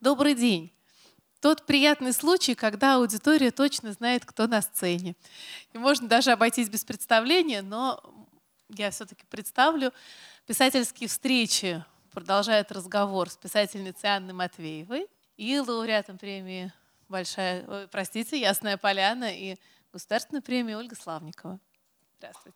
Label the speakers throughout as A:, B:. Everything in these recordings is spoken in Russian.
A: Добрый день. Тот приятный случай, когда аудитория точно знает, кто на сцене. И можно даже обойтись без представления, но я все-таки представлю. Писательские встречи продолжают разговор с писательницей Анной Матвеевой и лауреатом премии «Ясная поляна» и государственной премии Ольга Славникова. Здравствуйте.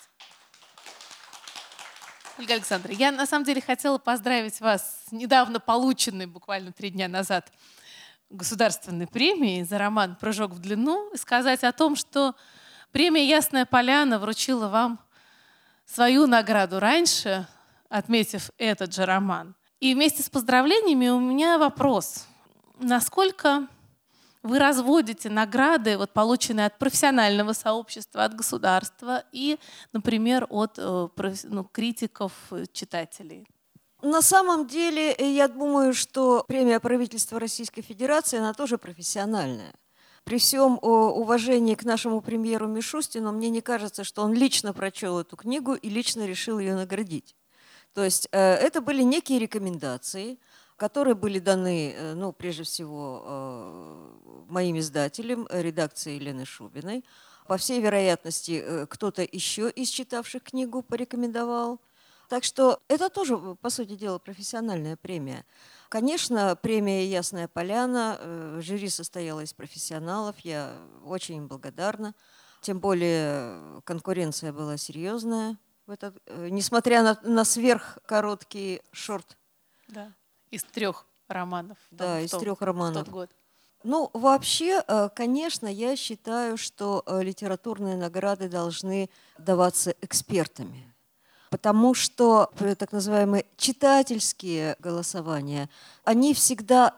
A: Ольга Александровна, я на самом деле хотела поздравить вас с недавно полученной, буквально 3 дня назад, государственной премией за роман «Прыжок в длину» и сказать о том, что премия «Ясная поляна» вручила вам свою награду раньше, отметив этот же роман. И вместе с поздравлениями у меня вопрос. Насколько вы разводите награды, полученные от профессионального сообщества, от государства и, например, от критиков, читателей?
B: На самом деле, я думаю, что премия правительства Российской Федерации, она тоже профессиональная. При всем уважении к нашему премьеру Мишустину, мне не кажется, что он лично прочел эту книгу и лично решил ее наградить. То есть это были некие рекомендации, которые были даны, прежде всего, моим издателем, редакцией Елены Шубиной. По всей вероятности, кто-то еще из читавших книгу порекомендовал. Так что это тоже, по сути дела, профессиональная премия. Конечно, премия «Ясная поляна», жюри состояло из профессионалов, я очень им благодарна. Тем более конкуренция была серьезная, несмотря на сверхкороткий шорт.
A: Да, из 3 романов.
B: Да, из 3 романов.
A: В тот год.
B: Вообще, конечно, я считаю, что литературные награды должны даваться экспертами. Потому что так называемые читательские голосования, они всегда,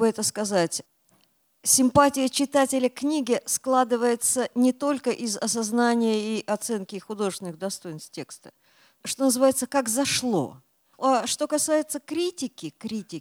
B: симпатия читателя к книге складывается не только из осознания и оценки художественных достоинств текста, что называется, как зашло. А что касается критики,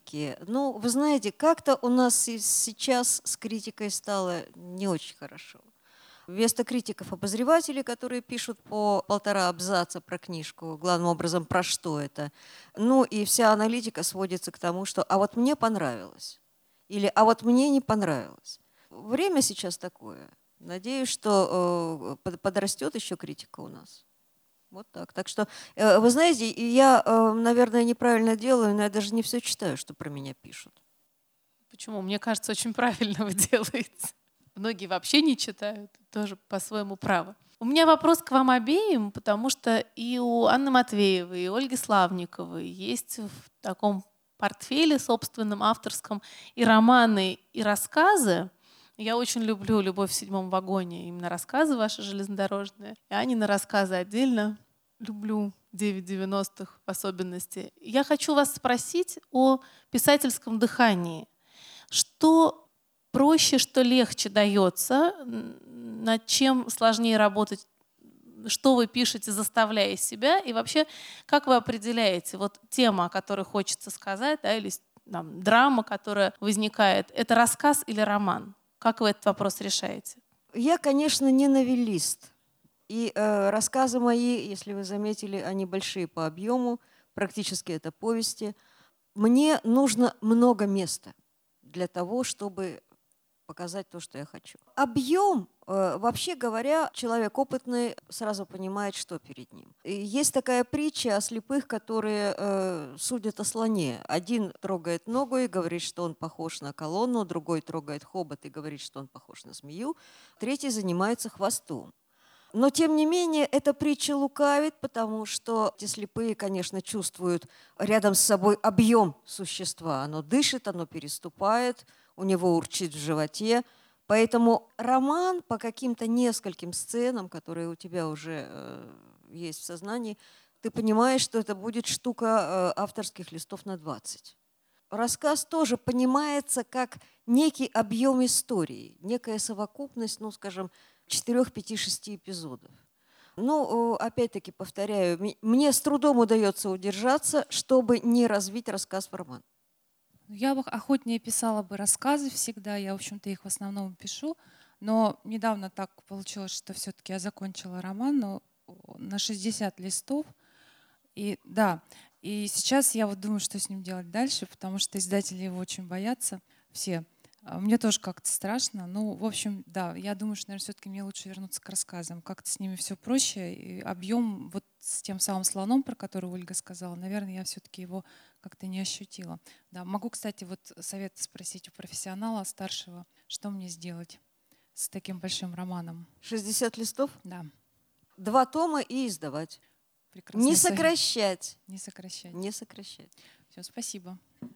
B: вы знаете, как-то у нас сейчас с критикой стало не очень хорошо. Вместо критиков-обозревателей, которые пишут по 1,5 абзаца про книжку, главным образом, про что это, и вся аналитика сводится к тому, что «а вот мне понравилось» или «а вот мне не понравилось». Время сейчас такое. Надеюсь, что подрастет еще критика у нас. Вот так. Так что, вы знаете, я, наверное, неправильно делаю, но я даже не все читаю, что про меня пишут.
A: Почему? Мне кажется, очень правильно вы делаете. Многие вообще не читают, тоже по-своему правы. У меня вопрос к вам обеим, потому что и у Анны Матвеевой, и у Ольги Славниковой есть в таком портфеле собственном авторском и романы, и рассказы. Я очень люблю «Любовь в 7 вагоне», именно рассказы ваши железнодорожные. И Анины рассказы отдельно люблю, 9/90 в особенности. Я хочу вас спросить о писательском дыхании. Что проще, что легче дается, над чем сложнее работать, что вы пишете, заставляя себя, и вообще, как вы определяете, тема, о которой хочется сказать, или драма, которая возникает, это рассказ или роман? Как вы этот вопрос решаете?
B: Я, конечно, не новеллист. И рассказы мои, если вы заметили, они большие по объему, практически это повести. Мне нужно много места для того, чтобы показать то, что я хочу. Объем, вообще говоря, человек опытный сразу понимает, что перед ним. И есть такая притча о слепых, которые судят о слоне. Один трогает ногу и говорит, что он похож на колонну, другой трогает хобот и говорит, что он похож на змею, третий занимается хвостом. Но, тем не менее, эта притча лукавит, потому что эти слепые, конечно, чувствуют рядом с собой объем существа. Оно дышит, оно переступает, у него урчит в животе. Поэтому роман по каким-то нескольким сценам, которые у тебя уже есть в сознании, ты понимаешь, что это будет штука авторских листов на 20. Рассказ тоже понимается как некий объем истории, некая совокупность, 4, 5, 6 эпизодов. Опять-таки, повторяю, мне с трудом удается удержаться, чтобы не развить рассказ в роман.
C: Я бы охотнее писала бы рассказы всегда, я, в общем-то, их в основном пишу, но недавно так получилось, что все-таки я закончила роман, но на 60 листов. И сейчас я думаю, что с ним делать дальше, потому что издатели его очень боятся. все. Мне тоже как-то страшно. Ну, в общем, да, я думаю, что, наверное, все-таки мне лучше вернуться к рассказам. Как-то с ними все проще. И объем вот с тем самым слоном, про который Ольга сказала, наверное, я все-таки его как-то не ощутила. Да, могу, кстати, вот совет спросить у профессионала старшего, что мне сделать с таким большим романом.
B: 60 листов?
C: Да.
B: 2 тома и издавать.
C: Прекрасный
B: Не
C: совет.
B: сокращать.
C: Не сокращать.
B: Не сокращать.
C: Все, спасибо.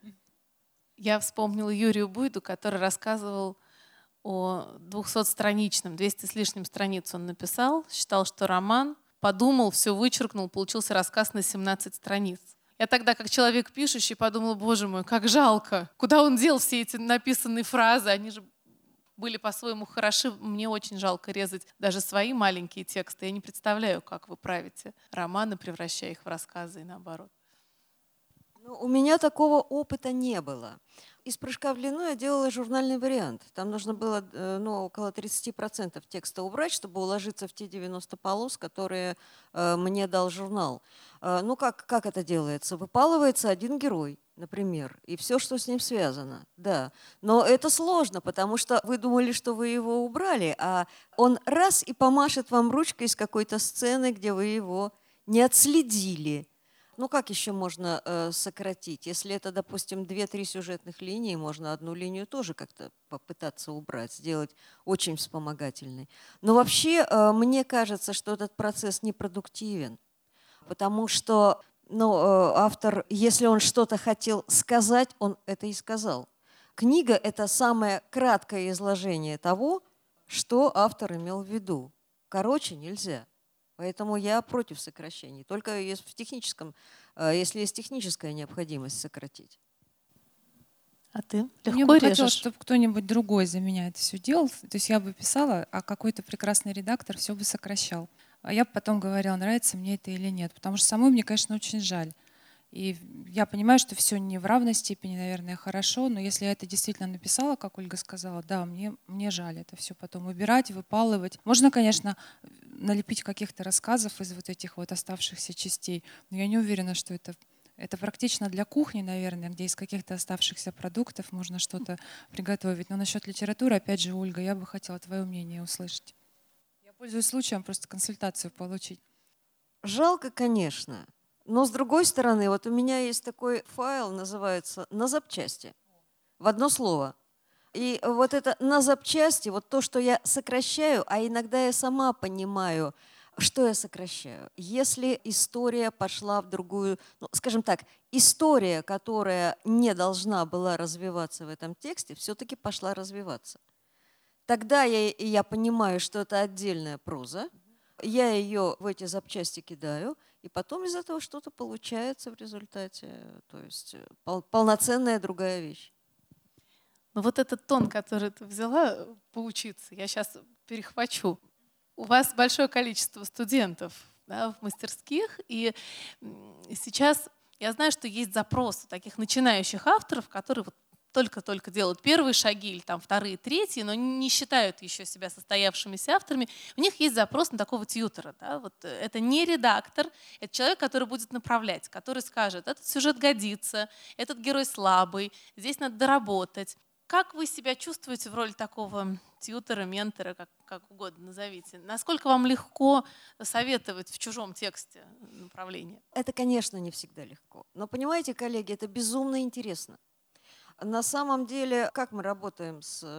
A: Я вспомнила Юрию Буйду, который рассказывал о 200-страничном, 200 с лишним страниц он написал, считал, что роман, подумал, все вычеркнул, получился рассказ на 17 страниц. Я тогда, как человек пишущий, подумала, боже мой, как жалко. Куда он дел все эти написанные фразы? Они же были по-своему хороши. Мне очень жалко резать даже свои маленькие тексты. Я не представляю, как вы правите романы, превращая их в рассказы и наоборот.
B: Ну, у меня такого опыта не было. Из «Прыжка в длину» я делала журнальный вариант. Там нужно было около 30% текста убрать, чтобы уложиться в те 90 полос, которые мне дал журнал. Ну, как это делается? Выпалывается один герой, например, и все, что с ним связано. Да. Но это сложно, потому что вы думали, что вы его убрали, а он раз и помашет вам ручкой из какой-то сцены, где вы его не отследили. Ну, как еще можно сократить? Если это, допустим, 2-3 сюжетных линии, можно одну линию тоже как-то попытаться убрать, сделать очень вспомогательной. Но вообще, мне кажется, что этот процесс непродуктивен, потому что автор, если он что-то хотел сказать, он это и сказал. Книга – это самое краткое изложение того, что автор имел в виду. Короче нельзя. Поэтому я против сокращений. Только если есть техническая необходимость сократить.
A: А ты
C: Мне
A: легко
C: бы
A: режешь?
C: хотелось, чтобы кто-нибудь другой за меня это все делал. То есть я бы писала, а какой-то прекрасный редактор все бы сокращал. А я бы потом говорила, нравится мне это или нет. Потому что самой мне, конечно, очень жаль. И я понимаю, что все не в равной степени, наверное, хорошо, но если я это действительно написала, как Ольга сказала, да, мне жаль это все потом убирать, выпалывать. Можно, конечно, налепить каких-то рассказов из вот этих вот оставшихся частей, но я не уверена, что это практично для кухни, наверное, где из каких-то оставшихся продуктов можно что-то приготовить. Но насчет литературы, опять же, Ольга, я бы хотела твое мнение услышать. Я пользуюсь случаем просто консультацию получить.
B: Жалко, конечно. Но с другой стороны, вот у меня есть такой файл, называется «На запчасти», в одно слово. И вот это «на запчасти», вот то, что я сокращаю, а иногда я сама понимаю, что я сокращаю. Если история пошла в другую, скажем так, история, которая не должна была развиваться в этом тексте, все-таки пошла развиваться. Тогда я понимаю, что это отдельная проза, я ее в эти запчасти кидаю, и потом из этого что-то получается в результате. То есть полноценная другая вещь.
A: Но вот этот тон, который ты взяла поучиться, я сейчас перехвачу. У вас большое количество студентов, да, в мастерских, и сейчас я знаю, что есть запрос у таких начинающих авторов, которые вот только-только делают первые шаги или там вторые, третьи, но не считают еще себя состоявшимися авторами. У них есть запрос на такого тьютера. Да? Вот это не редактор, это человек, который будет направлять, который скажет, этот сюжет годится, этот герой слабый, здесь надо доработать. Как вы себя чувствуете в роли такого тьютера, ментора, как угодно назовите? Насколько вам легко советовать в чужом тексте направление?
B: Это, конечно, не всегда легко. Но понимаете, коллеги, это безумно интересно. На самом деле, как мы работаем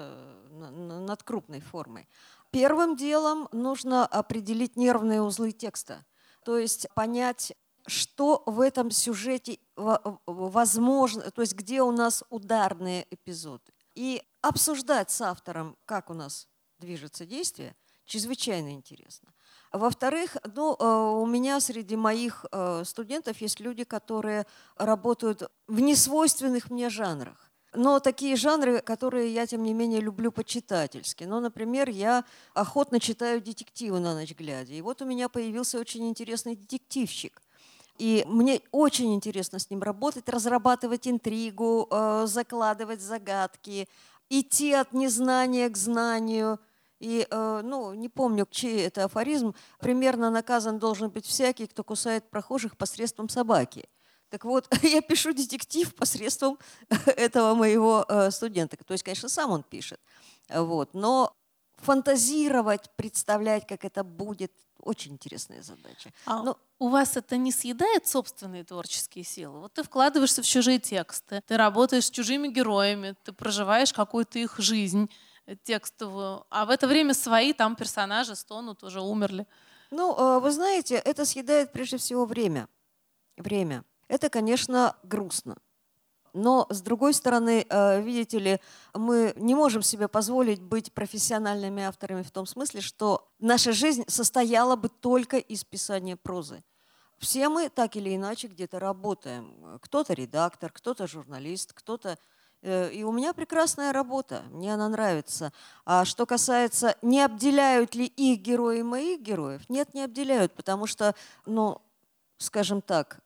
B: над крупной формой? Первым делом нужно определить нервные узлы текста, то есть понять, что в этом сюжете возможно, то есть где у нас ударные эпизоды. И обсуждать с автором, как у нас движется действие, чрезвычайно интересно. Во-вторых, у меня среди моих студентов есть люди, которые работают в несвойственных мне жанрах. Но такие жанры, которые я, тем не менее, люблю по-читательски. Например, я охотно читаю детективы на ночь глядя. И вот у меня появился очень интересный детективщик. И мне очень интересно с ним работать, разрабатывать интригу, закладывать загадки, идти от незнания к знанию. И, не помню, чей это афоризм, примерно наказан должен быть всякий, кто кусает прохожих посредством собаки. Так вот, я пишу детектив посредством этого моего студента. То есть, конечно, сам он пишет. Вот. Но фантазировать, представлять, как это будет, очень интересная задача.
A: Но у вас это не съедает собственные творческие силы? Вот ты вкладываешься в чужие тексты, ты работаешь с чужими героями, ты проживаешь какую-то их жизнь текстовую, а в это время свои там персонажи стонут, уже умерли.
B: Ну, вы знаете, это съедает прежде всего время. Время. Это, конечно, грустно. Но, с другой стороны, видите ли, мы не можем себе позволить быть профессиональными авторами в том смысле, что наша жизнь состояла бы только из писания прозы. Все мы так или иначе где-то работаем. Кто-то редактор, кто-то журналист, кто-то... И у меня прекрасная работа, мне она нравится. А что касается, не обделяют ли их герои моих героев? Нет, не обделяют, потому что, ну, скажем так,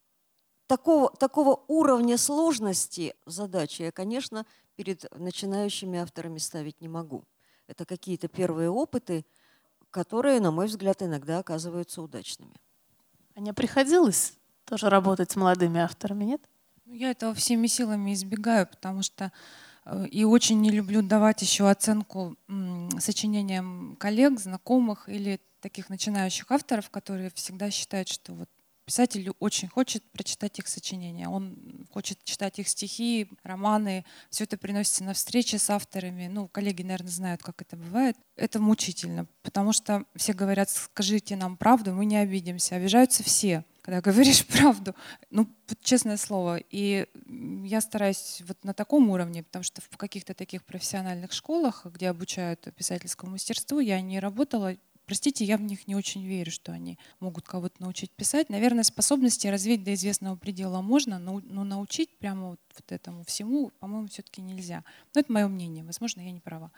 B: такого уровня сложности задачи я, конечно, перед начинающими авторами ставить не могу. Это какие-то первые опыты, которые, на мой взгляд, иногда оказываются удачными.
A: А не приходилось тоже работать с молодыми авторами, нет?
C: Я этого всеми силами избегаю, потому что и очень не люблю давать еще оценку сочинениям коллег, знакомых или таких начинающих авторов, которые всегда считают, что вот писатель очень хочет прочитать их сочинения, он хочет читать их стихи, романы, все это приносится на встречи с авторами. Ну, коллеги, наверное, знают, как это бывает. Это мучительно, потому что все говорят: скажите нам правду, мы не обидимся. Обижаются все, когда говоришь правду. Ну, честное слово. И я стараюсь вот на таком уровне, потому что в каких-то таких профессиональных школах, где обучают писательскому мастерству, я не работала. Простите, я в них не очень верю, что они могут кого-то научить писать. Наверное, способности развить до известного предела можно, но научить прямо вот этому всему, по-моему, все-таки нельзя. Но это мое мнение. Возможно, я не права.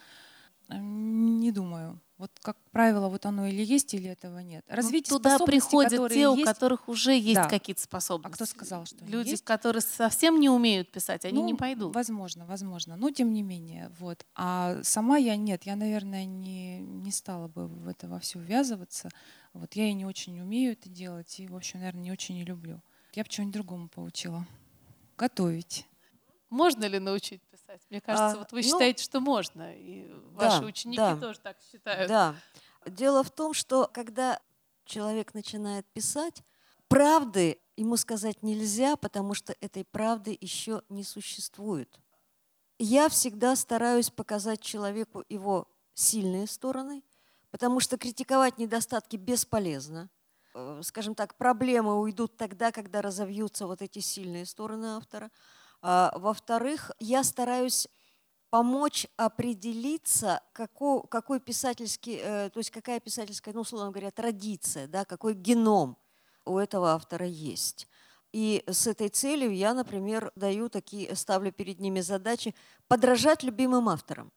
C: Не думаю. Вот, как правило, вот оно или есть, или этого нет. Развитие
A: туда приходят те, у
C: есть,
A: которых уже есть
C: да,
A: какие-то способности.
C: А кто сказал, что
A: люди,
C: есть?
A: которые совсем не умеют писать, они не пойдут.
C: Возможно. Но тем не менее. Вот. А сама я нет. Я, наверное, не стала бы в это во все ввязываться. Вот. Я и не очень умею это делать. И, в общем, наверное, не очень и люблю. Я бы чего-нибудь другому поучила. Готовить.
A: Можно ли научить писать? Мне кажется, вот вы считаете, что можно. И ваши ученики тоже так считают.
B: Да. Дело в том, что когда человек начинает писать, правды ему сказать нельзя, потому что этой правды еще не существует. Я всегда стараюсь показать человеку его сильные стороны, потому что критиковать недостатки бесполезно. Скажем так, проблемы уйдут тогда, когда разовьются вот эти сильные стороны автора. Во-вторых, я стараюсь помочь определиться, какой писательский, то есть какая писательская, ну, условно говоря, традиция, да, какой геном у этого автора есть. И с этой целью я, например, ставлю перед ними задачи подражать любимым авторам.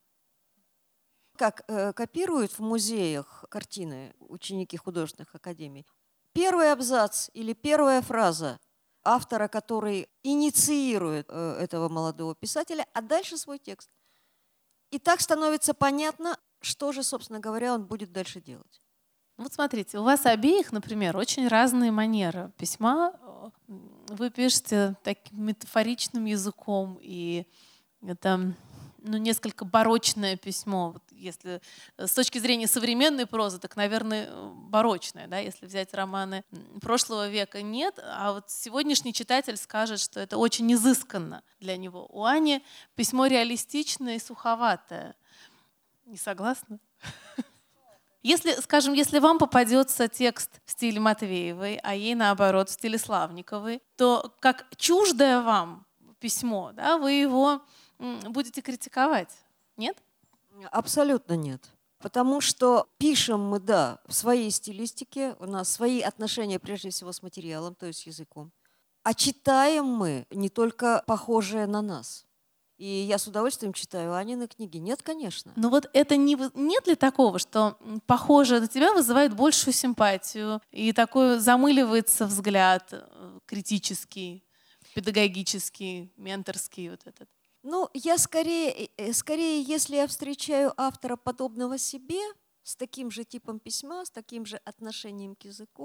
B: Как копируют в музеях картины ученики художественных академий. Первый абзац или первая фраза автора, который инициирует этого молодого писателя, а дальше свой текст. И так становится понятно, что же, собственно говоря, он будет дальше делать.
A: Вот смотрите, у вас обеих, например, очень разные манеры письма. Вы пишете таким метафоричным языком, и это несколько барочное письмо. Вот если с точки зрения современной прозы, так, наверное, барочное, да? Если взять романы прошлого века, нет. А вот сегодняшний читатель скажет, что это очень изысканно для него. У Ани письмо реалистичное и суховатое. Не согласна? Если, скажем, если вам попадется текст в стиле Матвеевой, а ей, наоборот, в стиле Славниковой, то как чуждое вам письмо, да, вы его будете критиковать, нет?
B: Абсолютно нет. Потому что пишем мы, да, в своей стилистике, у нас свои отношения прежде всего с материалом, то есть с языком. А читаем мы не только похожее на нас. И я с удовольствием читаю Анины книги. Нет, конечно.
A: Но вот это нет ли такого, что похожее на тебя вызывает большую симпатию, и такой замыливается взгляд критический, педагогический, менторский вот этот?
B: Ну, я скорее, если я встречаю автора, подобного себе, с таким же типом письма, с таким же отношением к языку,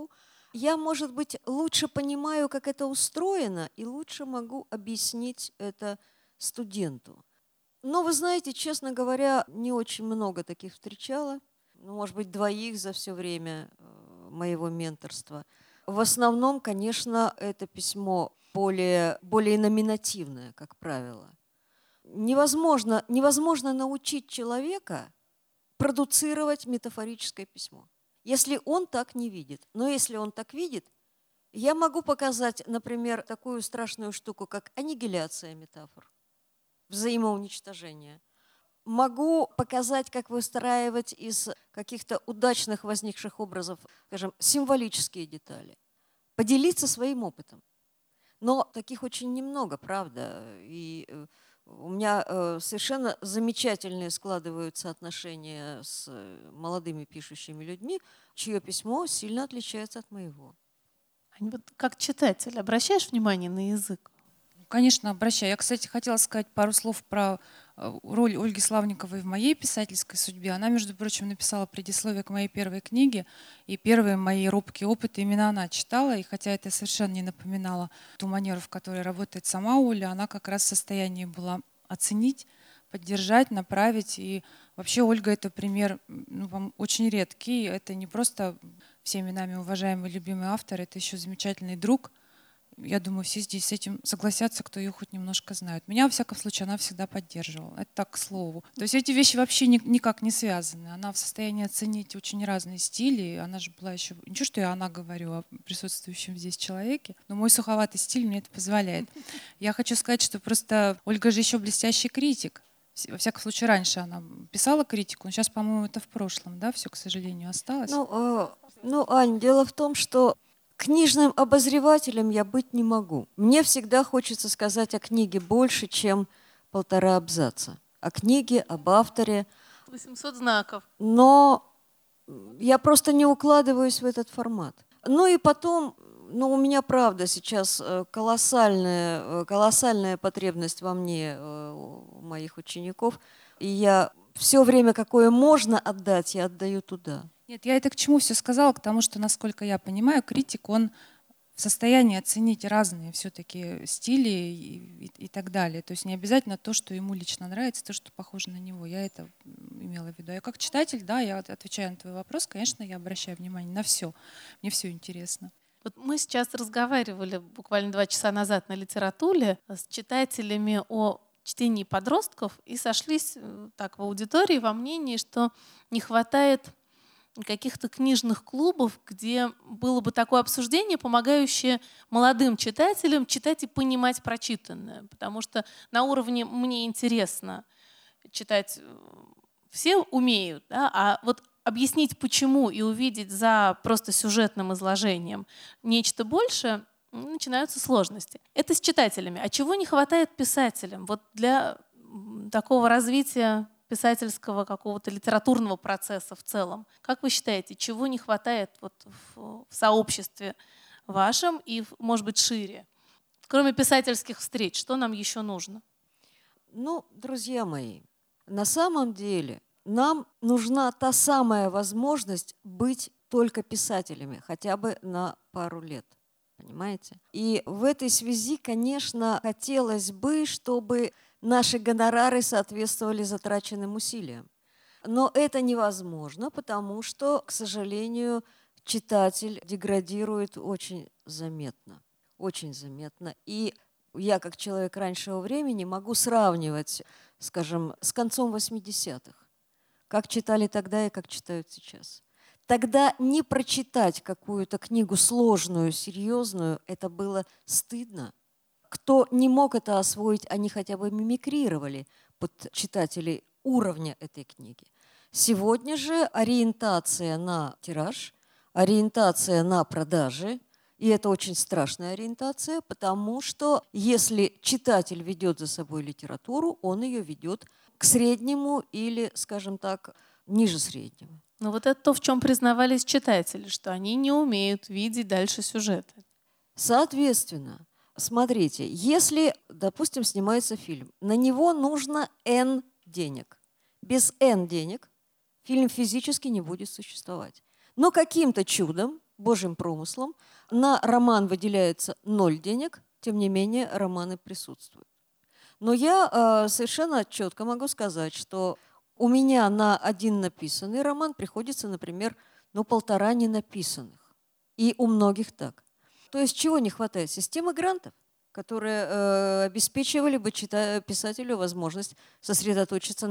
B: Я, может быть, лучше понимаю, как это устроено, и лучше могу объяснить это студенту. Но вы знаете, честно говоря, не очень много таких встречала. Ну, может быть, 2 за все время моего менторства. В основном, конечно, это письмо более номинативное, как правило. Невозможно научить человека продуцировать метафорическое письмо, если он так не видит. Но если он так видит, я могу показать, например, такую страшную штуку, как аннигиляция метафор, взаимоуничтожение. Могу показать, как выстраивать из каких-то удачных возникших образов, скажем, символические детали. Поделиться своим опытом. Но таких очень немного, правда. И у меня совершенно замечательные складываются отношения с молодыми пишущими людьми, чье письмо сильно отличается от моего.
A: Ань, вот как читатель обращаешь внимание на язык?
C: Конечно, обращаю. Я, кстати, хотела сказать пару слов про роль Ольги Славниковой в моей писательской судьбе. Она, между прочим, написала предисловие к моей первой книге, и первые мои робкие опыты именно она читала. И хотя это совершенно не напоминало ту манеру, в которой работает сама Оля, она как раз в состоянии была оценить, поддержать, направить. И вообще Ольга — это пример очень редкий. Это не просто всеми нами уважаемый, любимый автор, это еще замечательный друг. Я думаю, все здесь с этим согласятся, кто ее хоть немножко знает. Меня, во всяком случае, она всегда поддерживала. Это так, к слову. То есть эти вещи вообще никак не связаны. Она в состоянии оценить очень разные стили. Она же была еще... Ничего, что она говорю о присутствующем здесь человеке, но мой суховатый стиль мне это позволяет. Я хочу сказать, что просто Ольга же еще блестящий критик. Во всяком случае, раньше она писала критику, но сейчас, по-моему, это в прошлом, да, все, к сожалению, осталось.
B: Ань, дело в том, что книжным обозревателем я быть не могу. Мне всегда хочется сказать о книге больше, чем 1,5 абзаца. О книге, об авторе.
A: 800 знаков.
B: Но я просто не укладываюсь в этот формат. Ну и потом, у меня, правда, сейчас колоссальная потребность во мне, у моих учеников. И я все время, какое можно отдать, я отдаю туда.
C: Нет, я это к чему все сказала? К тому, что, насколько я понимаю, критик, он в состоянии оценить разные все-таки стили и так далее. То есть не обязательно то, что ему лично нравится, то, что похоже на него. Я это имела в виду. Я как читатель, да, я отвечаю на твой вопрос, конечно, я обращаю внимание на все. Мне все интересно.
A: Вот мы сейчас разговаривали буквально 2 часа назад на литературе с читателями о чтении подростков и сошлись так в аудитории во мнении, что не хватает каких-то книжных клубов, где было бы такое обсуждение, помогающее молодым читателям читать и понимать прочитанное. Потому что на уровне «мне интересно» читать все умеют, да? А вот объяснить, почему, и увидеть за просто сюжетным изложением нечто большее, начинаются сложности. Это с читателями. А чего не хватает писателям? Вот для такого развития писательского какого-то литературного процесса в целом. Как вы считаете, чего не хватает вот в сообществе вашем и, может быть, шире? Кроме писательских встреч, что нам еще нужно?
B: Друзья мои, на самом деле нам нужна та самая возможность быть только писателями, хотя бы на пару лет. Понимаете? И в этой связи, конечно, хотелось бы, чтобы наши гонорары соответствовали затраченным усилиям. Но это невозможно, потому что, к сожалению, читатель деградирует очень заметно. Очень заметно. И я, как человек раннего времени, могу сравнивать, скажем, с концом 80-х. Как читали тогда и как читают сейчас. Тогда не прочитать какую-то книгу сложную, серьезную, это было стыдно. Кто не мог это освоить, они хотя бы мимикрировали под читателей уровня этой книги. Сегодня же ориентация на тираж, ориентация на продажи, и это очень страшная ориентация, потому что если читатель ведет за собой литературу, он ее ведет к среднему или, скажем так, ниже среднего.
A: Ну вот это то, в чем признавались читатели, что они не умеют видеть дальше сюжета.
B: Соответственно, смотрите, если, допустим, снимается фильм, на него нужно N денег. Без N денег фильм физически не будет существовать. Но каким-то чудом Божьим промыслом. На роман выделяется 0 денег, тем не менее романы присутствуют. Но я совершенно четко могу сказать, что у меня на один написанный роман приходится, например, 1,5 ненаписанных. И у многих так. То есть чего не хватает? Системы грантов, которые обеспечивали бы писателю возможность сосредоточиться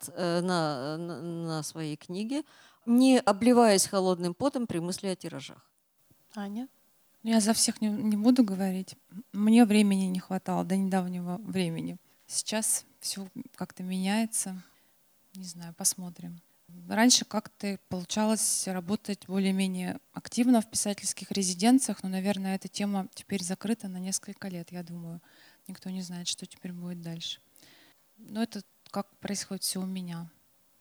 B: на своей книге, не обливаясь холодным потом при мысли о тиражах.
A: Аня?
C: Я за всех не буду говорить. Мне времени не хватало до недавнего времени. Сейчас все как-то меняется. Не знаю, посмотрим. Раньше как-то получалось работать более-менее активно в писательских резиденциях, но, наверное, эта тема теперь закрыта на несколько лет, я думаю. Никто не знает, что теперь будет дальше. Но это как происходит все у меня.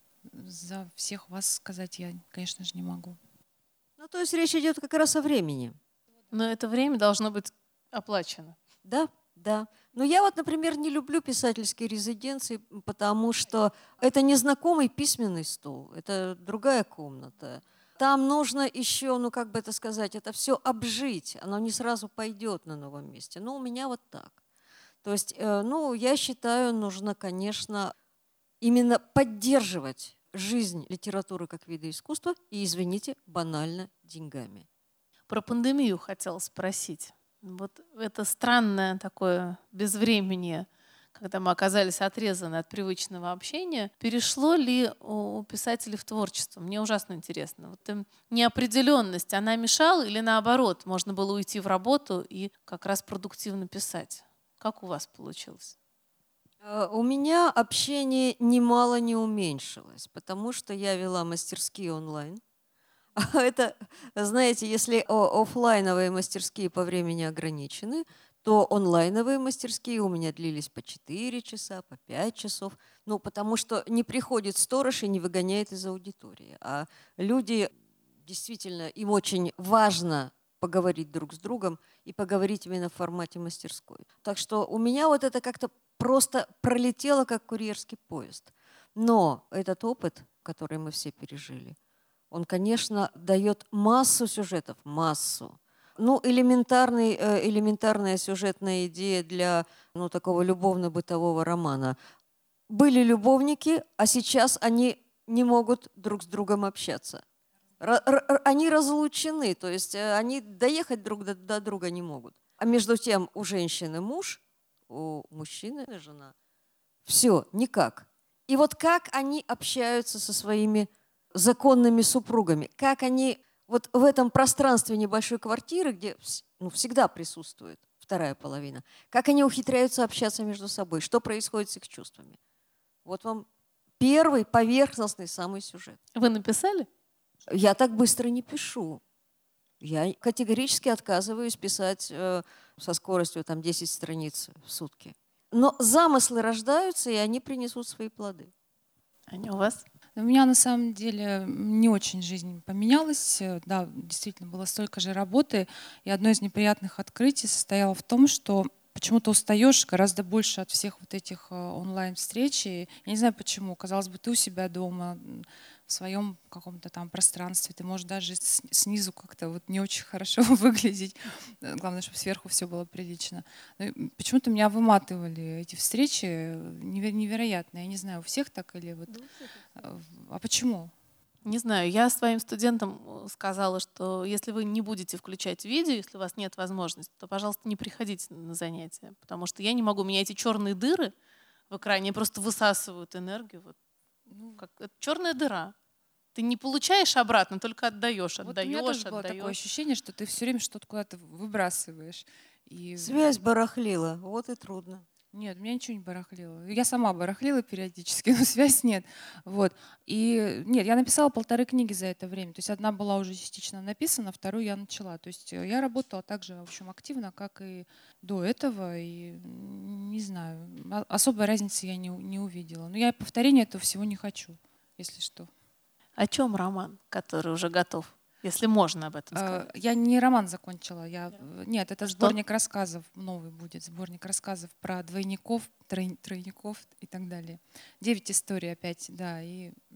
C: За всех вас сказать я, конечно же, не могу.
B: Ну, то есть речь идет как раз о времени.
A: Но это время должно быть оплачено.
B: Да, да. Но я вот, например, не люблю писательские резиденции, потому что это незнакомый письменный стол, это другая комната. Там нужно еще, ну как бы это сказать, это все обжить, оно не сразу пойдет на новом месте. Но у меня вот так. То есть, ну, я считаю, нужно, конечно, именно поддерживать жизнь литературы как вида искусства и, извините, банально деньгами.
A: Про пандемию хотела спросить. Вот это странное такое безвременье, когда мы оказались отрезаны от привычного общения, перешло ли у писателей в творчество? Мне ужасно интересно. Вот неопределенность, она мешала или наоборот, можно было уйти в работу и как раз продуктивно писать? Как у вас получилось?
B: У меня общение немало не уменьшилось, потому что я вела мастерские онлайн. Это, знаете, если офлайновые мастерские по времени ограничены, то онлайновые мастерские у меня длились по 4 часа, по 5 часов. Ну, потому что не приходит сторож и не выгоняет из аудитории. А люди, действительно, им очень важно поговорить друг с другом и поговорить именно в формате мастерской. Так что у меня вот это как-то просто пролетело, как курьерский поезд. Но этот опыт, который мы все пережили, он, конечно, дает массу сюжетов, массу. Ну, элементарная сюжетная идея для такого любовно-бытового романа. Были любовники, а сейчас они не могут друг с другом общаться. Они разлучены, то есть они доехать друг до друга не могут. А между тем у женщины муж, у мужчины жена. Все, никак. И вот как они общаются со своими законными супругами, как они вот в этом пространстве небольшой квартиры, где всегда присутствует вторая половина, как они ухитряются общаться между собой, что происходит с их чувствами. Вот вам первый поверхностный самый сюжет.
A: Вы написали?
B: Я так быстро не пишу. Я категорически отказываюсь писать со скоростью 10 страниц в сутки. Но замыслы рождаются, и они принесут свои плоды.
A: Аня, у вас?
C: У меня на самом деле не очень жизнь поменялась. Да, действительно, было столько же работы. И одно из неприятных открытий состояло в том, что почему-то устаешь гораздо больше от всех вот этих онлайн-встреч. И я не знаю почему. Казалось бы, ты у себя дома, в своем каком-то там пространстве. Ты можешь даже снизу как-то вот не очень хорошо выглядеть. Главное, чтобы сверху все было прилично. Но почему-то меня выматывали эти встречи невероятно. Я не знаю, у всех так или вот... А почему?
A: Не знаю, я своим студентам сказала, что если вы не будете включать видео, если у вас нет возможности, то, пожалуйста, не приходите на занятия, потому что я не могу, у меня эти черные дыры в экране просто высасывают энергию. Вот. Как черная дыра. Ты не получаешь обратно, только отдаешь,
C: вот у меня тоже было такое ощущение, что ты все время что-то куда-то выбрасываешь. И...
B: Связь барахлила, вот и трудно.
C: Нет, у меня ничего не барахлило. Я сама барахлила периодически, но связь нет. Вот. И нет, я написала 1,5 книги за это время. То есть одна была уже частично написана, вторую я начала. То есть я работала так же, в общем, активно, как и до этого. И не знаю, особой разницы я не увидела. Но я повторения этого всего не хочу, если что.
A: О чем роман, который уже готов? Если можно об этом сказать.
C: Я не роман закончила. Нет, это сборник рассказов. Новый будет сборник рассказов про двойников, тройников и так далее. 9 историй опять, да. И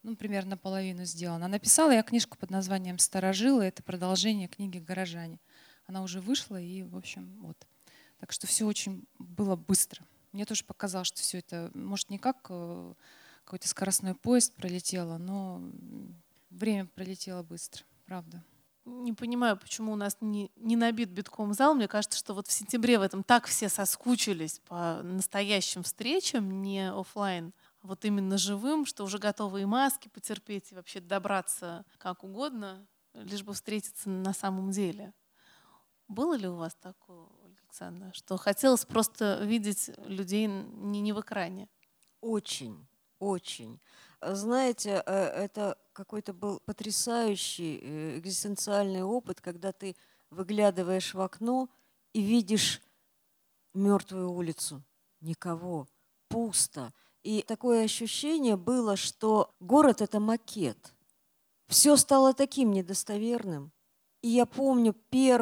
C: ну, примерно наполовину сделана. Написала я книжку под названием «Старожилы». Это продолжение книги «Горожане». Она уже вышла, и, в общем, вот. Так что все очень было быстро. Мне тоже показалось, что все это, может, не как какой-то скоростной поезд пролетело, но время пролетело быстро, правда.
A: Не понимаю, почему у нас не набит битком зал. Мне кажется, что вот в сентябре в этом так все соскучились по настоящим встречам, не офлайн, а вот именно живым, что уже готовы и маски потерпеть, и вообще добраться как угодно, лишь бы встретиться на самом деле. Было ли у вас такое, Ольга Александровна, что хотелось просто видеть людей не в экране?
B: Очень, очень. Знаете, это какой-то был потрясающий экзистенциальный опыт, когда ты выглядываешь в окно и видишь мертвую улицу. Никого. Пусто. И такое ощущение было, что город — это макет. Все стало таким недостоверным. И я помню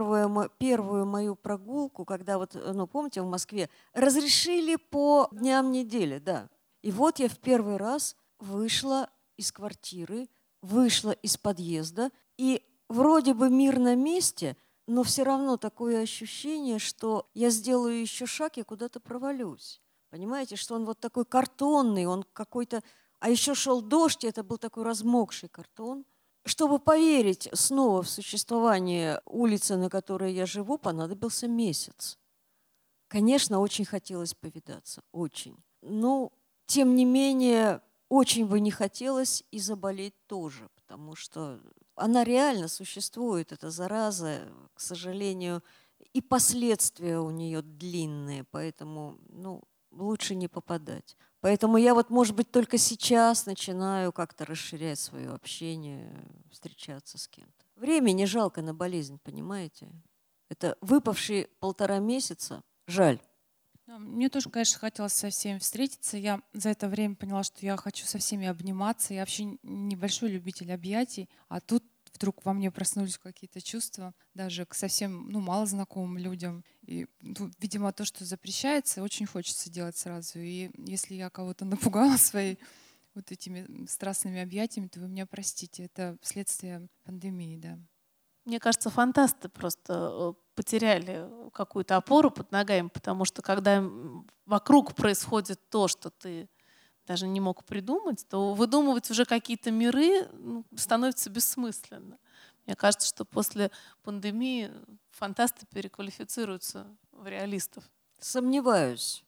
B: первую мою прогулку, когда вот, ну, помните, в Москве разрешили по дням недели, да. И вот я в первый раз вышла из квартиры, вышла из подъезда, и вроде бы мир на месте, но все равно такое ощущение, что я сделаю еще шаг и куда-то провалюсь. Понимаете, что он вот такой картонный, он какой-то... А еще шел дождь, и это был такой размокший картон. Чтобы поверить снова в существование улицы, на которой я живу, понадобился месяц. Конечно, очень хотелось повидаться, очень. Но, тем не менее, очень бы не хотелось и заболеть тоже, потому что она реально существует, эта зараза, к сожалению, и последствия у нее длинные, поэтому, ну, лучше не попадать. Поэтому я вот, может быть, только сейчас начинаю как-то расширять свое общение, встречаться с кем-то. Времени жалко на болезнь, понимаете? Это выпавшие 1,5 месяца. Жаль.
C: Мне тоже, конечно, хотелось со всеми встретиться. Я за это время поняла, что я хочу со всеми обниматься. Я вообще небольшой любитель объятий. А тут вдруг во мне проснулись какие-то чувства, даже к совсем малознакомым людям. И, видимо, то, что запрещается, очень хочется делать сразу. И если я кого-то напугала своей вот этими страстными объятиями, то вы меня простите. Это следствие пандемии, да.
A: Мне кажется, фантасты просто потеряли какую-то опору под ногами, потому что когда вокруг происходит то, что ты даже не мог придумать, то выдумывать уже какие-то миры становится бессмысленно. Мне кажется, что после пандемии фантасты переквалифицируются в реалистов.
B: Сомневаюсь.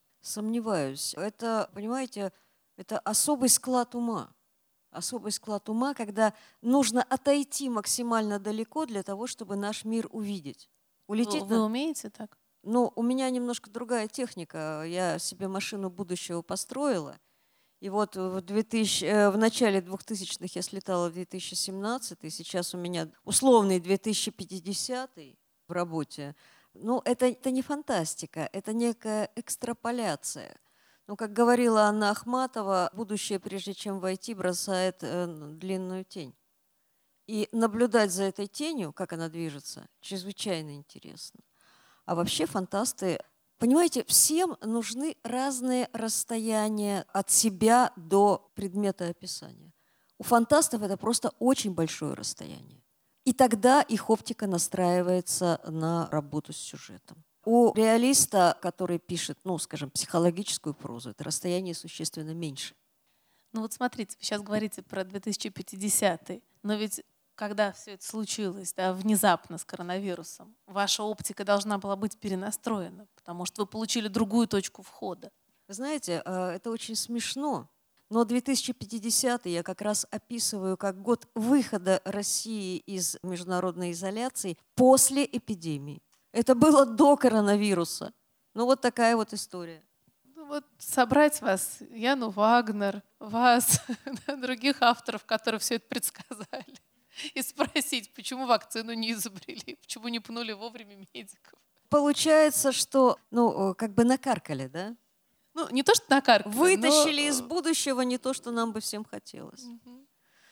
B: Это, понимаете, это особый склад ума. Особый склад ума, когда нужно отойти максимально далеко для того, чтобы наш мир увидеть. Улететь
A: Вы умеете так?
B: Ну, у меня немножко другая техника. Я себе машину будущего построила. И вот в начале 2000-х я слетала в 2017-й, сейчас у меня условный 2050-й в работе. Ну, это не фантастика, это некая экстраполяция. Ну, как говорила Анна Ахматова, будущее, прежде чем войти, бросает длинную тень. И наблюдать за этой тенью, как она движется, чрезвычайно интересно. А вообще фантасты... Понимаете, всем нужны разные расстояния от себя до предмета описания. У фантастов это просто очень большое расстояние. И тогда их оптика настраивается на работу с сюжетом. У реалиста, который пишет, скажем, психологическую прозу, это расстояние существенно меньше.
A: Ну вот смотрите, вы сейчас говорите про 2050-й, но ведь когда все это случилось, да, внезапно с коронавирусом, ваша оптика должна была быть перенастроена, потому что вы получили другую точку входа.
B: Вы знаете, это очень смешно, но 2050 я как раз описываю как год выхода России из международной изоляции после эпидемии. Это было до коронавируса. Ну вот такая вот история.
A: Вот собрать вас, Яну Вагнер, вас, других авторов, которые все это предсказали, и спросить, почему вакцину не изобрели, почему не пнули вовремя медиков.
B: Получается, что, как бы накаркали, да?
A: Не то, что накаркали,
B: вытащили из будущего не то, что нам бы всем хотелось.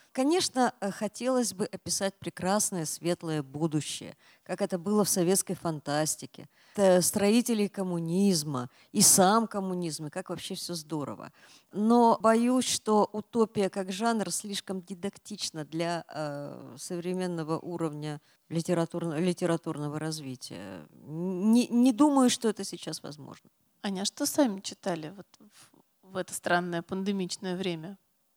B: Конечно, хотелось бы описать прекрасное, светлое будущее, как это было в советской фантастике, строителей коммунизма и сам коммунизм, и как вообще все здорово. Но боюсь, что утопия как жанр слишком дидактична для современного уровня литературного развития. Не думаю, что это сейчас возможно.
A: Аня, а что сами читали вот в это странное пандемичное время?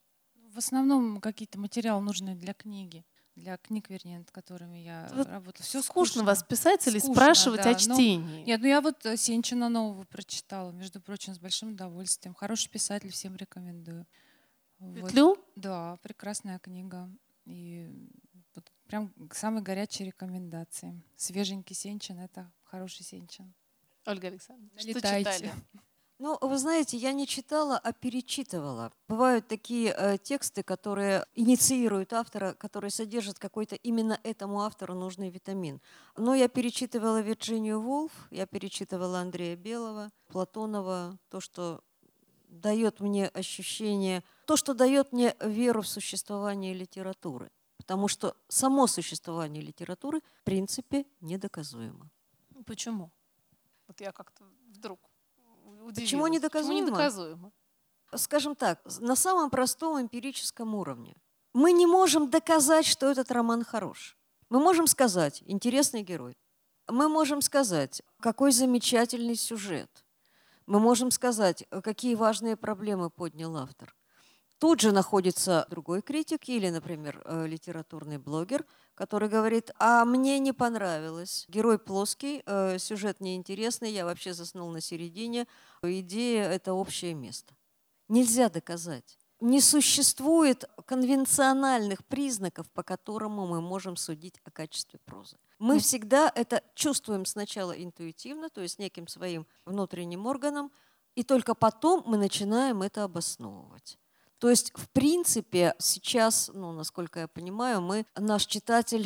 C: В основном какие-то материалы нужные для книги. Для книг, вернее, над которыми я
A: Вот
C: работала. Все
A: скучно вас писать или
C: Скучно,
A: спрашивать
C: да.
A: о чтении?
C: Нет, ну я вот Сенчина нового прочитала, между прочим, с большим удовольствием. Хороший писатель, всем рекомендую. Вот.
A: Петлю?
C: Да, прекрасная книга. И вот прям самые горячие рекомендации. Свеженький Сенчин — это хороший Сенчин.
A: Ольга Александровна, что
C: Налетайте.
A: читали?
B: Ну, вы знаете, я не читала, а перечитывала. Бывают такие тексты, которые инициируют автора, которые содержат какой-то именно этому автору нужный витамин. Но я перечитывала Вирджинию Вулф, я перечитывала Андрея Белого, Платонова, то, что дает мне ощущение, то, что дает мне веру в существование литературы. Потому что само существование литературы в принципе недоказуемо.
A: Почему? Вот я как-то вдруг удивилась.
B: Почему недоказуемо?
A: Почему недоказуемо?
B: Скажем так, на самом простом эмпирическом уровне. Мы не можем доказать, что этот роман хорош. Мы можем сказать, интересный герой. Мы можем сказать, какой замечательный сюжет. Мы можем сказать, какие важные проблемы поднял автор. Тут же находится другой критик или, например, литературный блогер, который говорит: а мне не понравилось. Герой плоский, сюжет неинтересный, я вообще заснул на середине. Идея – это общее место. Нельзя доказать. Не существует конвенциональных признаков, по которому мы можем судить о качестве прозы. Мы всегда это чувствуем сначала интуитивно, то есть неким своим внутренним органом, и только потом мы начинаем это обосновывать. То есть, в принципе, сейчас, насколько я понимаю, наш читатель,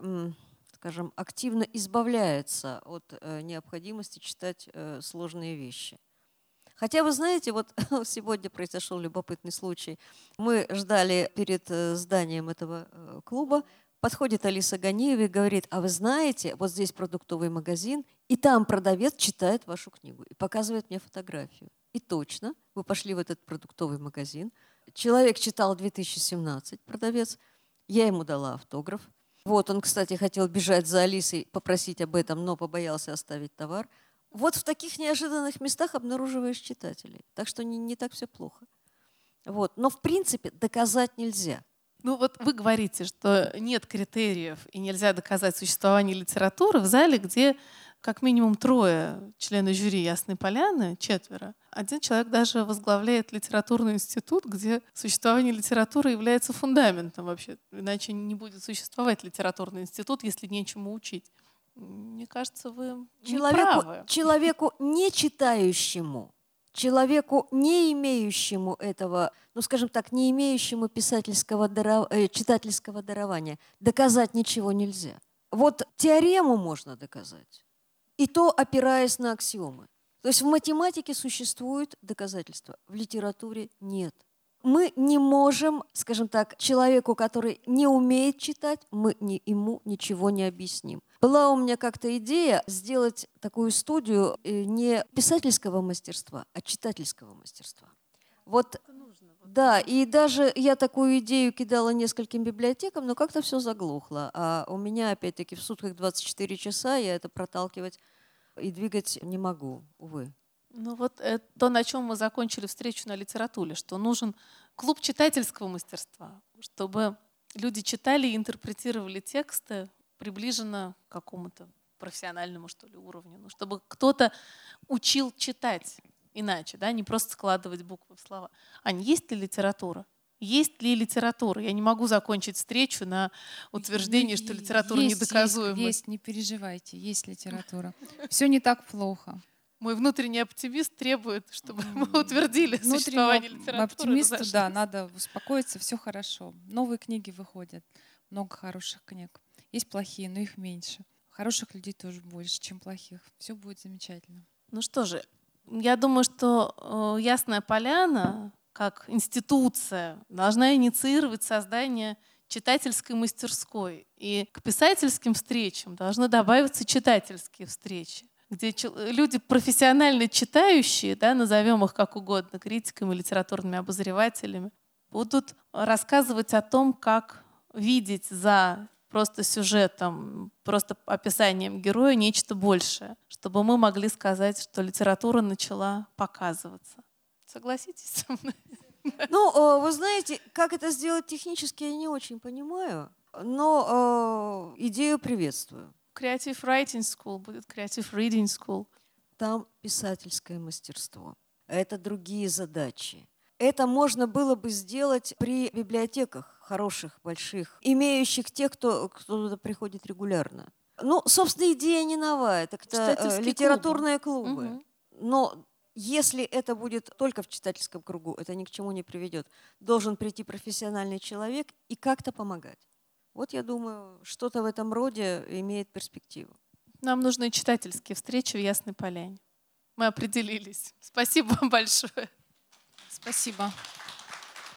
B: скажем, активно избавляется от необходимости читать сложные вещи. Хотя, вы знаете, вот сегодня произошел любопытный случай. Мы ждали перед зданием этого клуба. Подходит Алиса Ганиева и говорит: а вы знаете, вот здесь продуктовый магазин, и там продавец читает вашу книгу. И показывает мне фотографию. И точно, мы пошли в этот продуктовый магазин. Человек читал 2017, продавец. Я ему дала автограф. Вот он, кстати, хотел бежать за Алисой, попросить об этом, но побоялся оставить товар. Вот в таких неожиданных местах обнаруживаешь читателей. Так что не так все плохо. Вот. Но в принципе доказать нельзя.
A: Ну вот вы говорите, что нет критериев и нельзя доказать существование литературы в зале, где как минимум 3 членов жюри «Ясной поляны», 4. Один человек даже возглавляет литературный институт, где существование литературы является фундаментом вообще. Иначе не будет существовать литературный институт, если нечему учить. Мне кажется, вы не правы.
B: Человеку не читающему, человеку, не имеющему этого, скажем так, не имеющему читательского дарования, доказать ничего нельзя. Вот теорему можно доказать, и то опираясь на аксиомы. То есть в математике существуют доказательства, в литературе нет. Мы не можем, скажем так, человеку, который не умеет читать, мы ему ничего не объясним. Была у меня как-то идея сделать такую студию не писательского мастерства, а читательского мастерства. Вот, да, и даже я такую идею кидала нескольким библиотекам, но как-то все заглохло. А у меня, опять-таки, в сутках 24 часа я это проталкивать и двигать не могу, увы.
A: Ну вот это то, на чем мы закончили встречу на литературе, что нужен клуб читательского мастерства, чтобы люди читали и интерпретировали тексты приближенно к какому-то профессиональному, что ли, уровню. Ну, чтобы кто-то учил читать иначе, да, не просто складывать буквы в слова. Ань, есть ли литература? Есть ли литература? Я не могу закончить встречу на утверждении, что литература недоказуема.
C: Есть, не переживайте, есть литература. Все не так плохо.
A: Мой внутренний оптимист требует, чтобы мы утвердили существование литературы.
C: Оптимисту, да, надо успокоиться, все хорошо. Новые книги выходят, много хороших книг. Есть плохие, но их меньше. Хороших людей тоже больше, чем плохих. Все будет замечательно.
A: Ну что же, я думаю, что «Ясная поляна» как институция должна инициировать создание читательской мастерской. И к писательским встречам должны добавиться читательские встречи, где люди профессионально читающие, да, назовем их как угодно, критиками, литературными обозревателями, будут рассказывать о том, как видеть за просто сюжетом, просто описанием героя нечто большее, чтобы мы могли сказать, что литература начала показываться. Согласитесь со мной?
B: Ну, вы знаете, как это сделать технически, я не очень понимаю, но идею приветствую.
A: Creative Writing School будет Creative Reading School.
B: Там писательское мастерство. Это другие задачи. Это можно было бы сделать при библиотеках хороших, больших, имеющих тех, кто туда приходит регулярно. Ну, собственно, идея не новая. Это литературные клубы.
A: Угу.
B: Но если это будет только в читательском кругу, это ни к чему не приведет. Должен прийти профессиональный человек и как-то помогать. Вот я думаю, что-то в этом роде имеет перспективу.
A: Нам нужны читательские встречи в Ясной Поляне. Мы определились. Спасибо вам большое.
C: Спасибо.